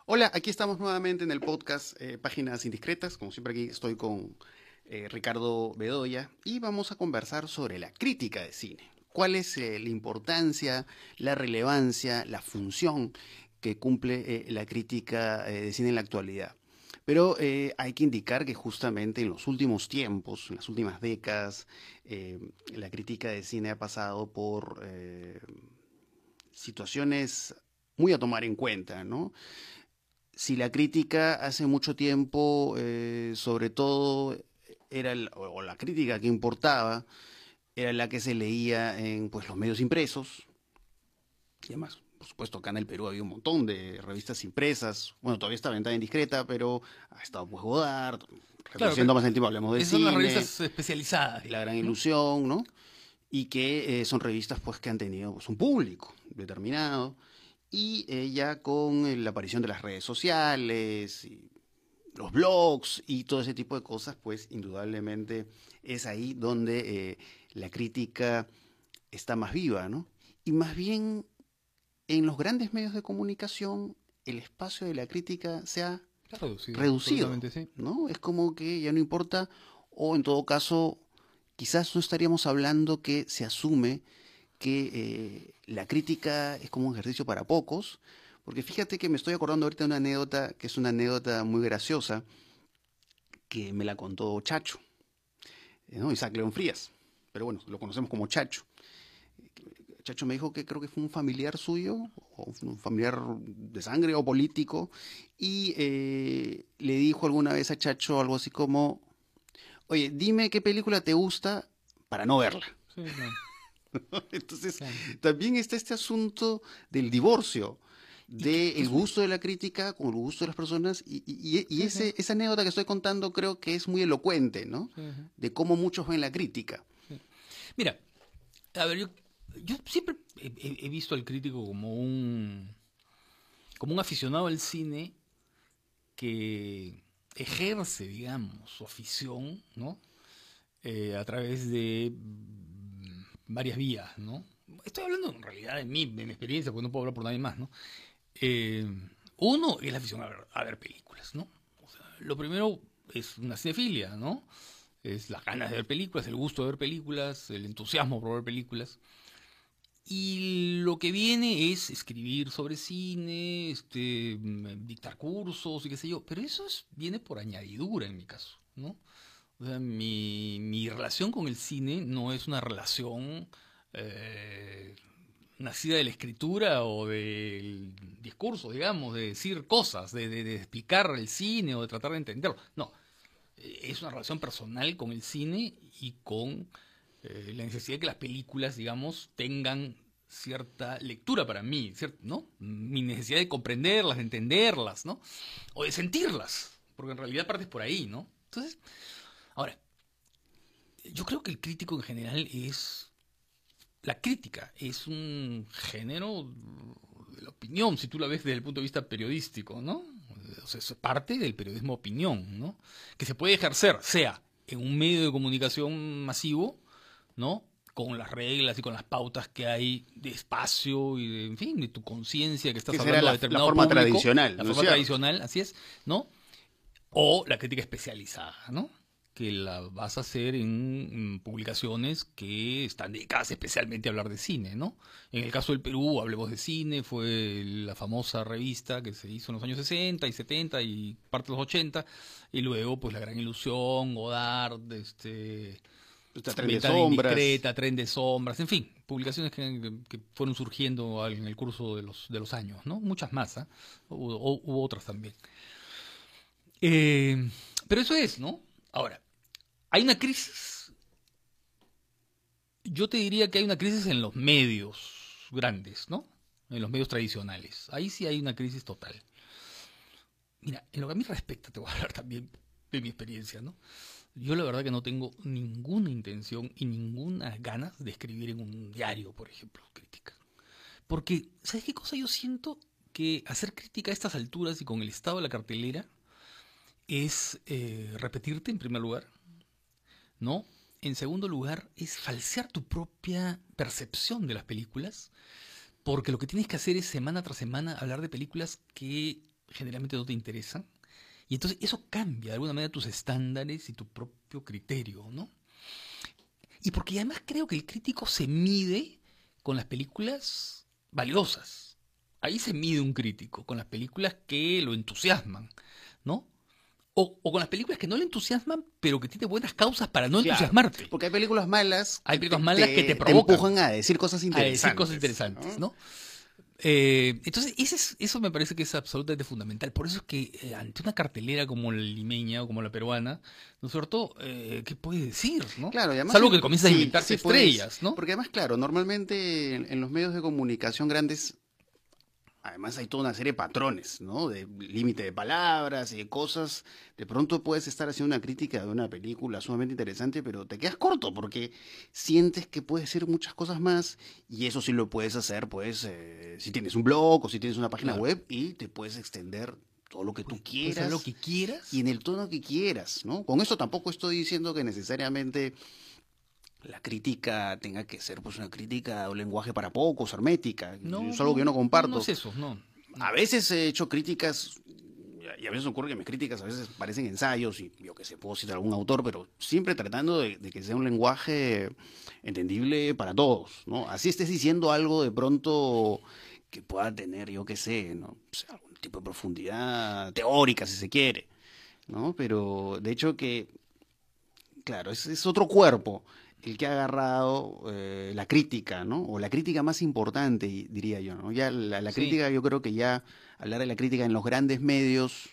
Hola, aquí estamos nuevamente en el podcast Páginas Indiscretas. Como siempre aquí estoy con Ricardo Bedoya y vamos a conversar sobre la crítica de cine. ¿Cuál es la importancia, la relevancia, la función que cumple la crítica de cine en la actualidad? Pero hay que indicar que justamente en los últimos tiempos, en las últimas décadas, la crítica de cine ha pasado por situaciones muy a tomar en cuenta, ¿no? Si la crítica hace mucho tiempo, sobre todo, o la crítica que importaba, era la que se leía en pues, los medios impresos, y además, por supuesto, acá en el Perú había un montón de revistas impresas, bueno, todavía está Ventana Indiscreta, pero ha estado pues Godard, Claro, pero retrocediendo más en el tiempo, hablemos de esas son las cine, revistas especializadas, La digamos, Gran ¿no? Ilusión, ¿no? Y que son revistas pues que han tenido pues, un público determinado, y ya con la aparición de las redes sociales, y los blogs y todo ese tipo de cosas, pues indudablemente es ahí donde la crítica está más viva, ¿no? Y más bien en los grandes medios de comunicación el espacio de la crítica se ha Está reducido, reducido, absolutamente sí. ¿no? Es como que ya no importa, o en todo caso, quizás no estaríamos hablando que se asume que la crítica es como un ejercicio para pocos, porque fíjate que me estoy acordando ahorita de una anécdota que es una anécdota muy graciosa, que me la contó Chacho, ¿no? Isaac León Frías, pero bueno, lo conocemos como Chacho. Chacho me dijo que creo que fue un familiar suyo, o un familiar de sangre o político, y le dijo alguna vez a Chacho algo así como, oye, dime qué película te gusta para no verla. Sí, claro, Entonces, claro. también está este asunto del divorcio, Y que del es una... gusto de la crítica con el gusto de las personas, y Sí, sí, esa anécdota que estoy contando creo que es muy elocuente, ¿no? sí, sí, De cómo muchos ven la crítica. sí. Mira, a ver, yo siempre he visto al crítico como un aficionado al cine que ejerce, digamos, su afición, ¿no? A través de varias vías, ¿no? Estoy hablando en realidad de mi experiencia, porque no puedo hablar por nadie más, ¿no? Eh, Uno es la afición a ver películas, ¿no? O sea, lo primero es una cinefilia, ¿no? Es las ganas de ver películas, el gusto de ver películas, el entusiasmo por ver películas. Y lo que viene es escribir sobre cine, dictar cursos y qué sé yo. Pero eso viene por añadidura en mi caso, ¿no? O sea, mi relación con el cine no es una relación eh, nacida de la escritura o del discurso, digamos, de decir cosas, de explicar el cine o de tratar de entenderlo. No, es una relación personal con el cine y con la necesidad de que las películas, digamos, tengan cierta lectura para mí, ¿no? Mi necesidad de comprenderlas, de entenderlas, ¿no? O de sentirlas, porque en realidad partes por ahí, ¿no? Entonces, ahora, yo creo que el crítico en general es... La crítica es un género de la opinión, si tú la ves desde el punto de vista periodístico, ¿no? O sea, es parte del periodismo opinión, ¿no? Que se puede ejercer, sea en un medio de comunicación masivo, ¿no? Con las reglas y con las pautas que hay de espacio y de, en fin, de tu conciencia que Que estás será hablando a la determinado forma público, tradicional, la ¿no es forma cierto? tradicional, así es, ¿no? O la crítica especializada, ¿no? Que la vas a hacer en publicaciones que están dedicadas especialmente a hablar de cine, ¿no? En el caso del Perú, Hablemos de Cine, fue la famosa revista que se hizo en los años 60 y 70 y parte de los 80, y luego pues La Gran Ilusión, Godard, Está Tren de Ventana Sombras. Indiscreta, Tren de Sombras, en fin, publicaciones que fueron surgiendo en el curso de los años, ¿no? Muchas más, ¿eh? Hubo otras también. Eh, pero eso es, ¿no? Ahora, hay una crisis. Yo te diría que hay una crisis en los medios grandes, ¿no? En los medios tradicionales. Ahí sí hay una crisis total. Mira, en lo que a mí respecta, te voy a hablar también de mi experiencia, ¿no? Yo la verdad que no tengo ninguna intención y ninguna ganas de escribir en un diario, por ejemplo, crítica. Porque, ¿sabes qué cosa yo siento? Que hacer crítica a estas alturas y con el estado de la cartelera es repetirte en primer lugar, ¿no? En segundo lugar, es falsear tu propia percepción de las películas, porque lo que tienes que hacer es semana tras semana hablar de películas que generalmente no te interesan. Y entonces eso cambia de alguna manera tus estándares y tu propio criterio, ¿no? Y porque además creo que el crítico se mide con las películas valiosas. Ahí se mide un crítico, con las películas que lo entusiasman, ¿no? O con las películas que no le entusiasman, pero que tiene buenas causas para no Claro, entusiasmarte. porque hay películas malas Hay que películas malas que te te provocan empujan a decir cosas a decir cosas interesantes, interesantes, ¿no? ¿no? Entonces, eso me parece que es absolutamente fundamental. Por eso es que ante una cartelera como la limeña o como la peruana, ¿no es cierto? ¿Qué puede decir, no? Claro, y además, Salvo que comiences a sí, inventarse sí puedes, estrellas, ¿no? porque además, claro, normalmente en los medios de comunicación grandes, además hay toda una serie de patrones, ¿no? De límite de palabras y de cosas. De pronto puedes estar haciendo una crítica de una película sumamente interesante, pero te quedas corto porque sientes que puedes decir muchas cosas más y eso sí lo puedes hacer, pues, si tienes un blog o si tienes una página Claro. web y te puedes extender todo lo que tú Puedes hacer lo quieras que quieras. y en el tono que quieras, ¿no? Con eso tampoco estoy diciendo que necesariamente la crítica tenga que ser pues una crítica o un lenguaje para pocos, hermética. No, Es algo que yo no no comparto. es eso, no. A veces he hecho críticas y a veces ocurre que mis críticas a veces parecen ensayos y yo que sé, puedo citar algún autor, pero siempre tratando de que sea un lenguaje entendible para todos, ¿no? Así estés diciendo algo de pronto que pueda tener, yo que sé, ¿no? O sea, algún tipo de profundidad teórica si se quiere, ¿no? Pero de hecho que claro, es otro cuerpo el que ha agarrado la crítica, ¿no? O la crítica más importante, diría yo, ¿no? Ya la Sí. crítica, yo creo que ya hablar de la crítica en los grandes medios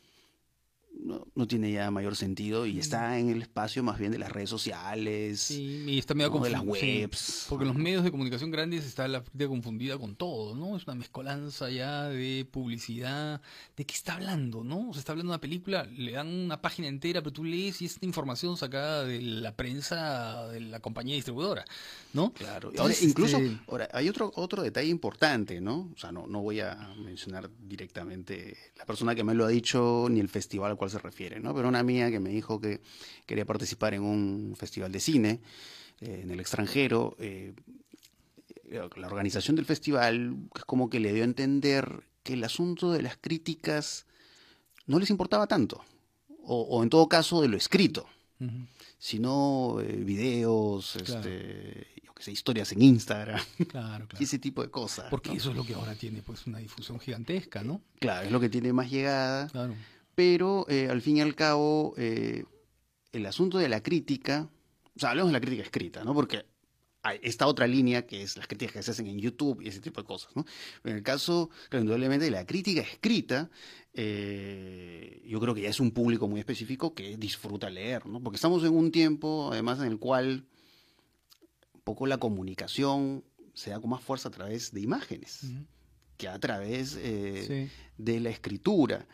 no tiene ya mayor sentido y Mm, está en el espacio más bien de las redes sociales, Sí, y está medio ¿no? De las confundido. Sí, webs, porque en los ¿no? medios de comunicación grandes está la crítica confundida con todo, ¿no? Es una mezcolanza ya de publicidad. ¿De qué está hablando, no? Se está hablando de una película, le dan una página entera, pero tú lees y es esta información sacada de la prensa de la compañía distribuidora, ¿no? Claro, y ahora Entonces, incluso, ahora hay otro detalle importante, ¿no? O sea, no voy a mencionar directamente la persona que me lo ha dicho ni el festival al cual se refiere, ¿no? Pero una amiga que me dijo que quería participar en un festival de cine en el extranjero, la organización del festival es como que le dio a entender que el asunto de las críticas no les importaba tanto, o en todo caso de lo escrito, ujú, sino videos, claro, yo qué sé, historias en Instagram claro, y claro. ese tipo de cosas, Porque ¿no? eso es lo que ahora tiene, pues, una difusión gigantesca, ¿no? Claro, es lo que tiene más llegada, Claro. pero al fin y al cabo, el asunto de la crítica, o sea, hablemos de la crítica escrita, ¿no? Porque hay esta otra línea que es las críticas que se hacen en YouTube y ese tipo de cosas, ¿no? En el caso, claro, indudablemente, de la crítica escrita, yo creo que ya es un público muy específico que disfruta leer, ¿no? Porque estamos en un tiempo, además, en el cual un poco la comunicación se da con más fuerza a través de imágenes Ujú, que a través sí. de la escritura.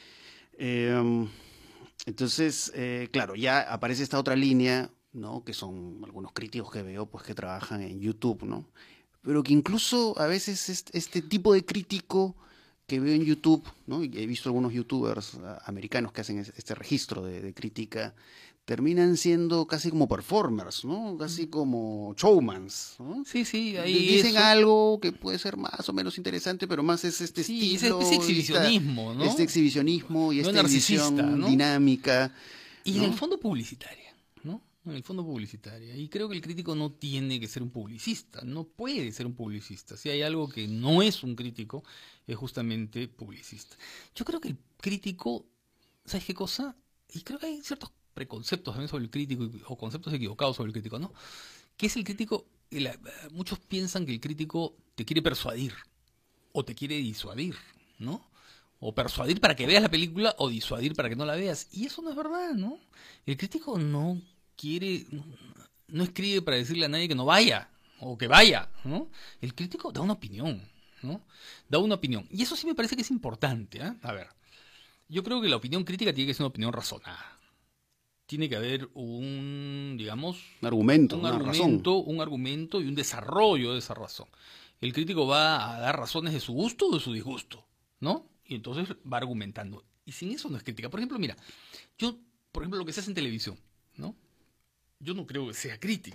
Eh, entonces, claro, ya aparece esta otra línea, ¿no? Que son algunos críticos que veo, pues que trabajan en YouTube, ¿no? Pero que incluso a veces este tipo de crítico que veo en YouTube, ¿no? Y he visto algunos YouTubers americanos que hacen este registro de crítica, terminan siendo casi como performers, ¿no? Casi como showmans, ¿no? Sí, sí, ahí Dicen eso. algo que puede ser más o menos interesante, pero más es este Sí, esa especie de estilo, exhibicionismo, este ¿no? exhibicionismo y No esta narcisista, edición ¿no? dinámica, Y en el ¿no? fondo publicitaria, ¿no? En el fondo publicitaria. Y creo que el crítico no tiene que ser un publicista, no puede ser un publicista. Si hay algo que no es un crítico, es justamente publicista. Yo creo que el crítico, ¿sabes qué cosa? Y creo que hay ciertos preconceptos también sobre el crítico o conceptos equivocados sobre el crítico, ¿no? ¿Qué es el crítico? Muchos piensan que el crítico te quiere persuadir o te quiere disuadir, ¿no? O persuadir para que veas la película o disuadir para que no la veas. Y eso no es verdad, ¿no? El crítico no quiere, no escribe para decirle a nadie que no vaya o que vaya, ¿no? El crítico da una opinión, ¿no? Da una opinión. Y eso sí me parece que es importante, ¿eh? A ver, yo creo que la opinión crítica tiene que ser una opinión razonada. Tiene que haber un, digamos, Un argumento, una razón. un argumento y un desarrollo de esa razón. El crítico va a dar razones de su gusto o de su disgusto, ¿no? Y entonces va argumentando. Y sin eso no es crítica. Por ejemplo, mira, yo, por ejemplo, lo que se hace en televisión, ¿no? Yo no creo que sea crítica.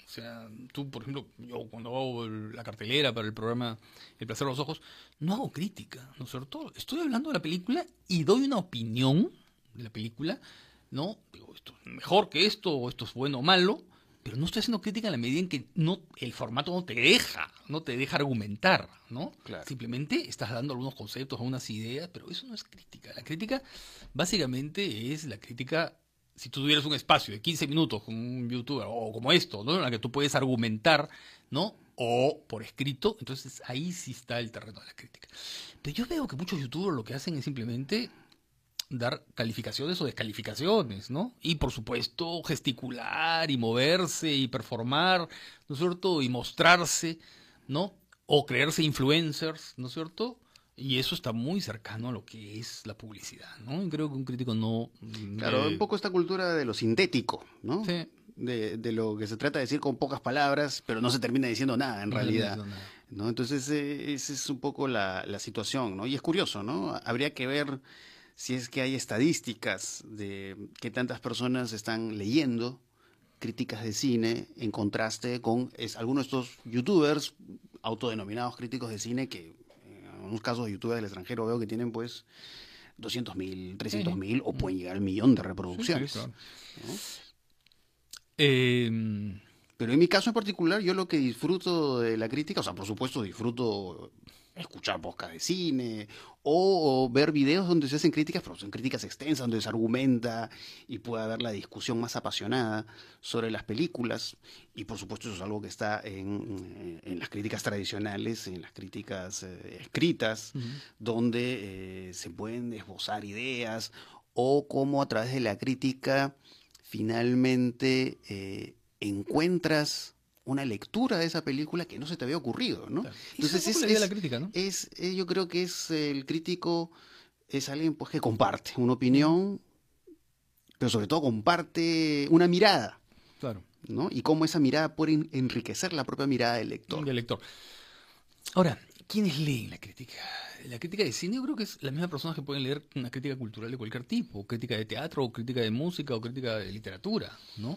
O sea, tú, por ejemplo, yo cuando hago la cartelera para el programa El placer de los ojos, no hago crítica, ¿no es cierto? Estoy hablando de la película y doy una opinión de la película, ¿no? Digo, esto es mejor que esto, o esto es bueno o malo, pero no estoy haciendo crítica en la medida en que el formato no te deja argumentar, ¿no? Claro. Simplemente estás dando algunos conceptos, algunas ideas, pero eso no es crítica. La crítica básicamente es la crítica. Si tú tuvieras un espacio de 15 minutos con un youtuber o como esto, ¿no? En la que tú puedes argumentar, ¿no? O por escrito, entonces ahí sí está el terreno de la crítica. Pero yo veo que muchos youtubers lo que hacen es simplemente dar calificaciones o descalificaciones, ¿no? Y por supuesto gesticular y moverse y performar, ¿no es cierto? Y mostrarse, ¿no? O creerse influencers, ¿no es cierto? Y eso está muy cercano a lo que es la publicidad, ¿no? Y creo que un crítico no... Claro, un poco esta cultura de lo sintético, ¿no? Sí. De lo que se trata de decir con pocas palabras, pero no se termina diciendo nada en No realidad, entiendo nada. ¿no? Entonces, esa es un poco la situación, ¿no? Y es curioso, ¿no? Habría que ver si es que hay estadísticas de qué tantas personas están leyendo críticas de cine en contraste con algunos de estos youtubers autodenominados críticos de cine que en algunos casos de youtubers del extranjero veo que tienen pues 200.000, 300.000 o pueden llegar al millón de reproducciones. Sí, claro. ¿No? Eh, Pero en mi caso en particular, yo lo que disfruto de la crítica, o sea, por supuesto disfruto escuchar podcast de cine o ver videos donde se hacen críticas, pero son críticas extensas, donde se argumenta y puede haber la discusión más apasionada sobre las películas. Y por supuesto eso es algo que está en las críticas tradicionales, en las críticas escritas, donde se pueden esbozar ideas o cómo a través de la crítica finalmente encuentras una lectura de esa película que no se te había ocurrido, ¿no? claro. Y Entonces esa es un poco la idea de la crítica, ¿no? yo creo que es el crítico es alguien pues que comparte una opinión, pero sobre todo comparte una mirada, Claro. ¿no? Y cómo esa mirada puede enriquecer la propia mirada del lector. Del lector. Ahora, ¿quiénes leen la crítica? La crítica de cine yo creo que es la misma persona que pueden leer una crítica cultural de cualquier tipo, crítica de teatro, o crítica de música, o crítica de literatura, ¿no?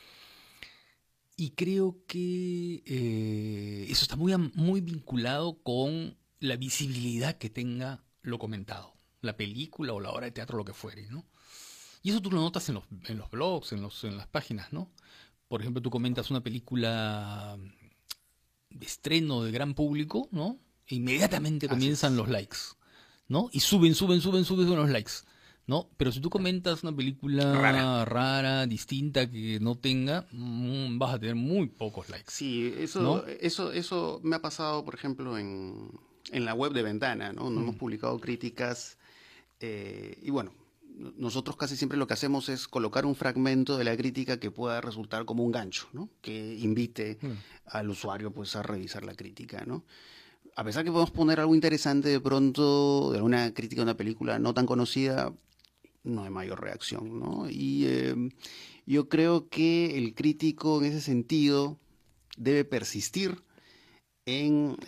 Y creo que eso está muy vinculado con la visibilidad que tenga lo comentado, la película o la obra de teatro, lo que fuere, ¿no? Y eso tú lo notas en los blogs, en las páginas, ¿no? Por ejemplo, tú comentas una película de estreno de gran público, ¿no? E inmediatamente comienzan los likes, ¿no? Y suben los likes, ¿no? Pero si tú comentas una película rara, distinta, que no tenga, vas a tener muy pocos likes. Sí, ¿no? eso me ha pasado, por ejemplo, en la web de Ventana, ¿no? Hemos publicado críticas y bueno, nosotros casi siempre lo que hacemos es colocar un fragmento de la crítica que pueda resultar como un gancho, ¿no? Que invite al usuario pues a revisar la crítica, ¿no? A pesar que podemos poner algo interesante de pronto, de una crítica de una película no tan conocida, no hay mayor reacción, ¿no? Y yo creo que el crítico en ese sentido debe persistir en,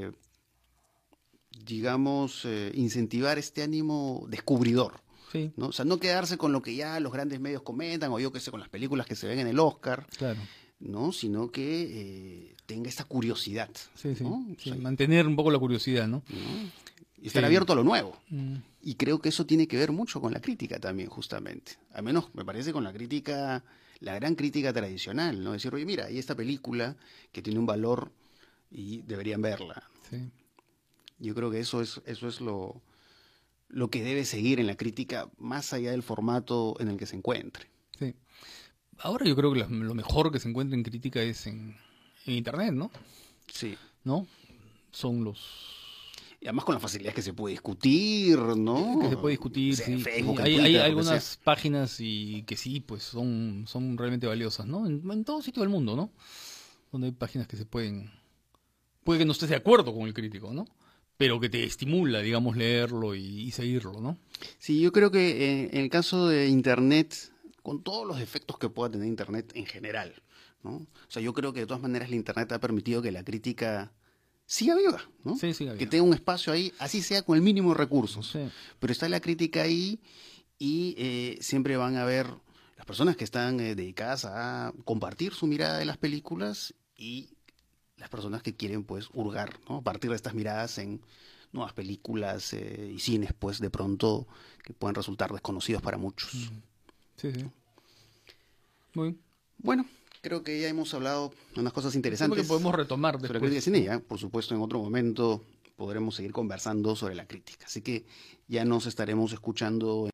digamos, incentivar este ánimo descubridor, Sí, ¿no? O sea, no quedarse con lo que ya los grandes medios comentan o yo qué sé, con las películas que se ven en el Oscar, claro. ¿no? Sino que tenga esta curiosidad, Sí, sí. ¿no? O Sí, sea, mantener un poco la curiosidad, ¿no? ¿no? Y estar abierto a lo nuevo. Mm, Y creo que eso tiene que ver mucho con la crítica también, justamente. Al menos me parece con la crítica, la gran crítica tradicional, ¿no? Decir, oye, mira, hay esta película que tiene un valor y deberían verla. sí. Yo creo que eso es lo que debe seguir en la crítica, más allá del formato en el que se encuentre. Sí. Ahora yo creo que lo mejor que se encuentra en crítica es en internet, ¿no? Sí. ¿No? Son los Y además con la facilidad que se puede discutir, ¿no? que se puede discutir, O sea, en sí. Facebook, Sí. en Hay Twitter, lo que algunas sea. páginas y que sí, pues son realmente valiosas, ¿no? En todo sitio del mundo, ¿no? Donde hay páginas que puede que no estés de acuerdo con el crítico, ¿no? Pero que te estimula, digamos, leerlo y seguirlo, ¿no? Sí, yo creo que en el caso de Internet, con todos los efectos que pueda tener Internet en general, ¿no? O sea, yo creo que de todas maneras la Internet ha permitido que la crítica siga viva, ¿no? Sí, siga Que viva. tenga un espacio ahí, así sea con el mínimo de recursos. Sí. Pero está la crítica ahí y siempre van a haber las personas que están dedicadas a compartir su mirada de las películas y las personas que quieren pues hurgar, ¿no? A partir de estas miradas en nuevas películas y cines pues de pronto que pueden resultar desconocidos para muchos. Sí, sí. Muy bien. Bueno, creo que ya hemos hablado de unas cosas interesantes Que podemos retomar sobre la después. crítica de cine. Ya, por supuesto, en otro momento podremos seguir conversando sobre la crítica. Así que ya nos estaremos escuchando